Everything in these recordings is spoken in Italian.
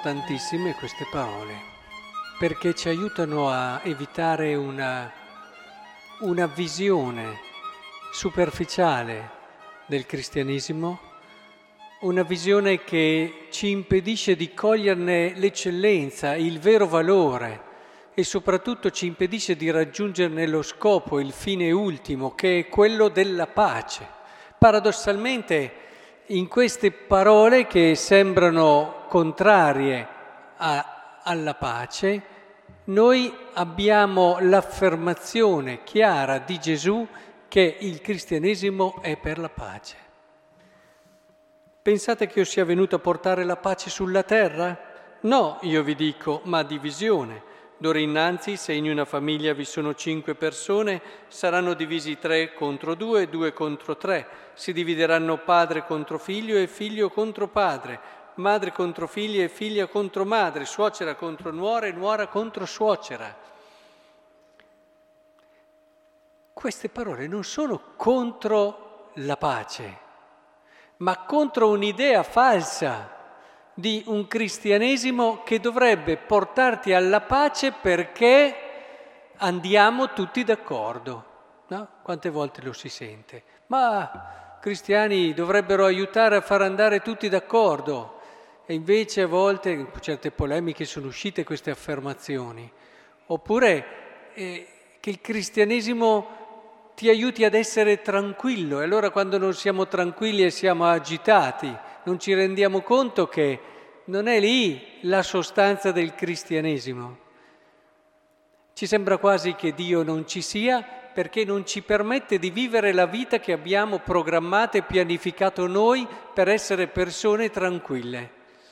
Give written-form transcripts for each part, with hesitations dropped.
importantissime queste parole, perché ci aiutano a evitare una visione superficiale del cristianesimo, una visione che ci impedisce di coglierne l'eccellenza, il vero valore e soprattutto ci impedisce di raggiungerne lo scopo, il fine ultimo, che è quello della pace. Paradossalmente, in queste parole che sembrano contrarie alla pace, noi abbiamo l'affermazione chiara di Gesù che il cristianesimo è per la pace. Pensate che io sia venuto a portare la pace sulla terra? No, io vi dico, ma divisione. D'ora innanzi, se in una famiglia vi sono 5 persone, saranno divisi 3 contro 2 e 2 contro 3. Si divideranno padre contro figlio e figlio contro padre, madre contro figli e figlia contro madre, suocera contro nuora e nuora contro suocera. Queste parole non sono contro la pace, ma contro un'idea falsa di un cristianesimo che dovrebbe portarti alla pace perché andiamo tutti d'accordo. No? Quante volte lo si sente? Ma cristiani dovrebbero aiutare a far andare tutti d'accordo. E invece a volte, in certe polemiche sono uscite queste affermazioni. Oppure che il cristianesimo ti aiuti ad essere tranquillo, e allora quando non siamo tranquilli e siamo agitati, non ci rendiamo conto che non è lì la sostanza del cristianesimo. Ci sembra quasi che Dio non ci sia perché non ci permette di vivere la vita che abbiamo programmato e pianificato noi per essere persone tranquille.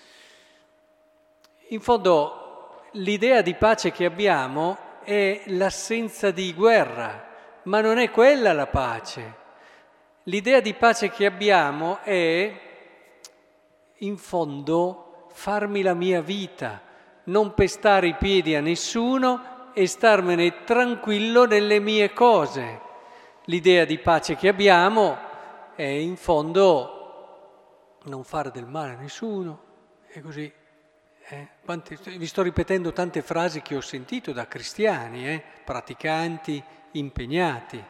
In fondo l'idea di pace che abbiamo è l'assenza di guerra, ma non è quella la pace. L'idea di pace che abbiamo è, in fondo, farmi la mia vita, non pestare i piedi a nessuno e starmene tranquillo nelle mie cose. L'idea di pace che abbiamo è, in fondo, non fare del male a nessuno, e così. Vi sto ripetendo tante frasi che ho sentito da cristiani, praticanti, impegnati.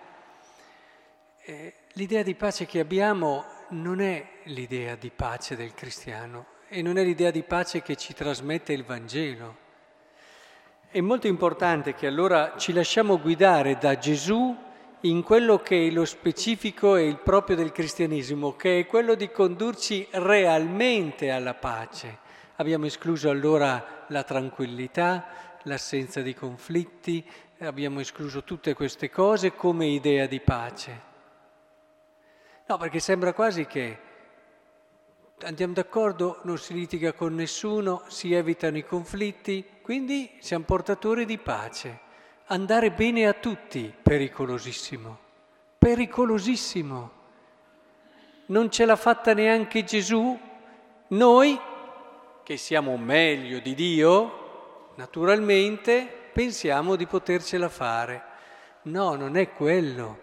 L'idea di pace che abbiamo non è l'idea di pace del cristiano e non è l'idea di pace che ci trasmette il Vangelo. È molto importante che allora ci lasciamo guidare da Gesù in quello che è lo specifico e il proprio del cristianesimo, che è quello di condurci realmente alla pace. Abbiamo escluso allora la tranquillità, l'assenza di conflitti, abbiamo escluso tutte queste cose come idea di pace. No, perché sembra quasi che andiamo d'accordo, non si litiga con nessuno, si evitano i conflitti, quindi siamo portatori di pace. Andare bene a tutti, pericolosissimo, pericolosissimo. Non ce l'ha fatta neanche Gesù, noi che siamo meglio di Dio, naturalmente pensiamo di potercela fare. No, non è quello.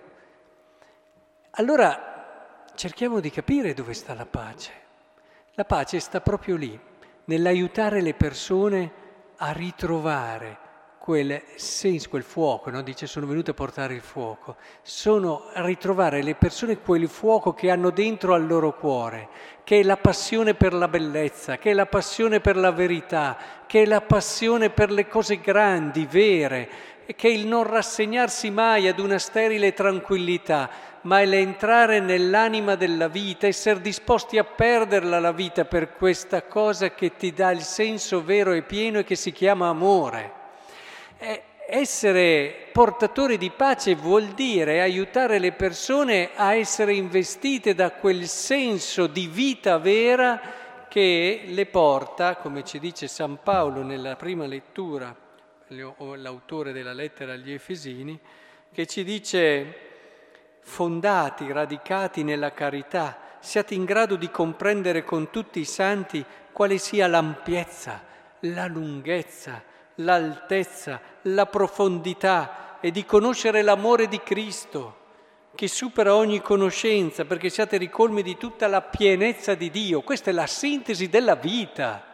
Allora cerchiamo di capire dove sta la pace. La pace sta proprio lì, nell'aiutare le persone a ritrovare quel senso, quel fuoco, no? Dice sono venuto a portare il fuoco. Sono a ritrovare le persone quel fuoco che hanno dentro al loro cuore, che è la passione per la bellezza, che è la passione per la verità, che è la passione per le cose grandi, vere, che è il non rassegnarsi mai ad una sterile tranquillità, ma è l'entrare nell'anima della vita, essere disposti a perderla la vita per questa cosa che ti dà il senso vero e pieno e che si chiama amore. Essere portatori di pace vuol dire aiutare le persone a essere investite da quel senso di vita vera che le porta, come ci dice San Paolo nella prima lettura, l'autore della lettera agli Efesini, che ci dice: fondati, radicati nella carità, siate in grado di comprendere con tutti i santi quale sia l'ampiezza, la lunghezza, l'altezza, la profondità e di conoscere l'amore di Cristo, che supera ogni conoscenza, perché siate ricolmi di tutta la pienezza di Dio. Questa è la sintesi della vita.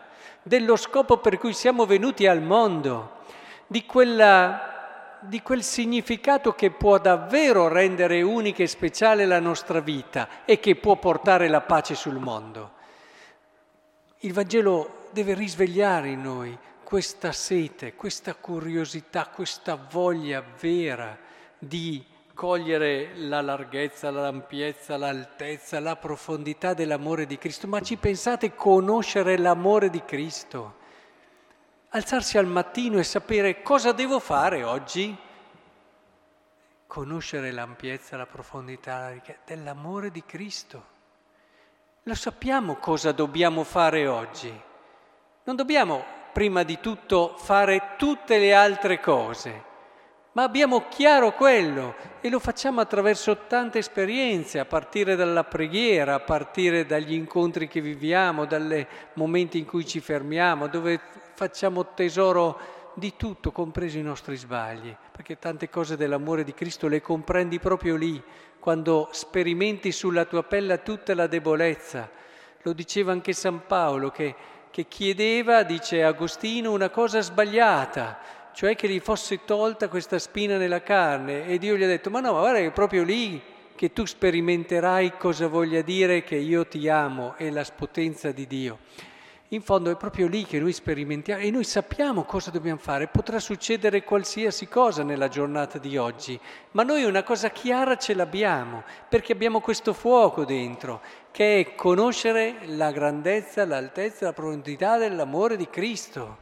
dello scopo per cui siamo venuti al mondo, di quel significato che può davvero rendere unica e speciale la nostra vita e che può portare la pace sul mondo. Il Vangelo deve risvegliare in noi questa sete, questa curiosità, questa voglia vera di cogliere la larghezza, l'ampiezza, l'altezza, la profondità dell'amore di Cristo. Ma ci pensate conoscere l'amore di Cristo? Alzarsi al mattino e sapere cosa devo fare oggi? Conoscere l'ampiezza, la profondità, la ricchezza dell'amore di Cristo. Lo sappiamo cosa dobbiamo fare oggi. Non dobbiamo prima di tutto fare tutte le altre cose, ma abbiamo chiaro quello e lo facciamo attraverso tante esperienze, a partire dalla preghiera, a partire dagli incontri che viviamo, dai momenti in cui ci fermiamo, dove facciamo tesoro di tutto, compresi i nostri sbagli, perché tante cose dell'amore di Cristo le comprendi proprio lì, quando sperimenti sulla tua pelle tutta la debolezza. Lo diceva anche San Paolo che chiedeva, dice Agostino, una cosa sbagliata, cioè che gli fosse tolta questa spina nella carne, e Dio gli ha detto: ma no, ma guarda che è proprio lì che tu sperimenterai cosa voglia dire che io ti amo e la potenza di Dio. In fondo è proprio lì che noi sperimentiamo e noi sappiamo cosa dobbiamo fare. Potrà succedere qualsiasi cosa nella giornata di oggi, ma noi una cosa chiara ce l'abbiamo, perché abbiamo questo fuoco dentro, che è conoscere la grandezza, l'altezza, la profondità dell'amore di Cristo.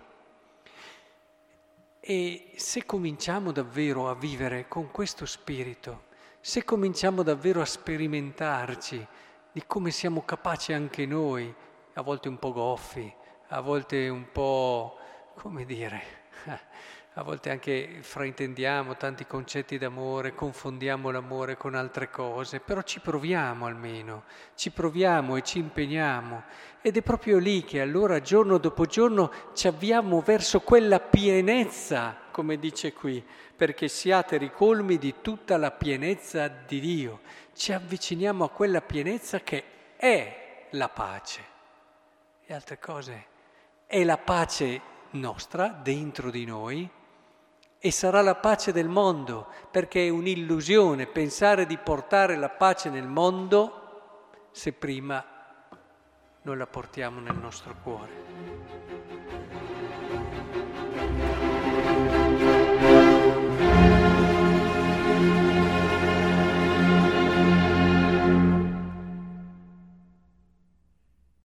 E se cominciamo davvero a vivere con questo spirito, se cominciamo davvero a sperimentarci di come siamo capaci anche noi, a volte un po' goffi, a volte un po', come dire, a volte anche fraintendiamo tanti concetti d'amore, confondiamo l'amore con altre cose, però ci proviamo almeno, ci proviamo e ci impegniamo. Ed è proprio lì che allora giorno dopo giorno ci avviamo verso quella pienezza, come dice qui, perché siate ricolmi di tutta la pienezza di Dio. Ci avviciniamo a quella pienezza che è la pace. E altre cose, è la pace nostra dentro di noi e sarà la pace del mondo, perché è un'illusione pensare di portare la pace nel mondo se prima non la portiamo nel nostro cuore.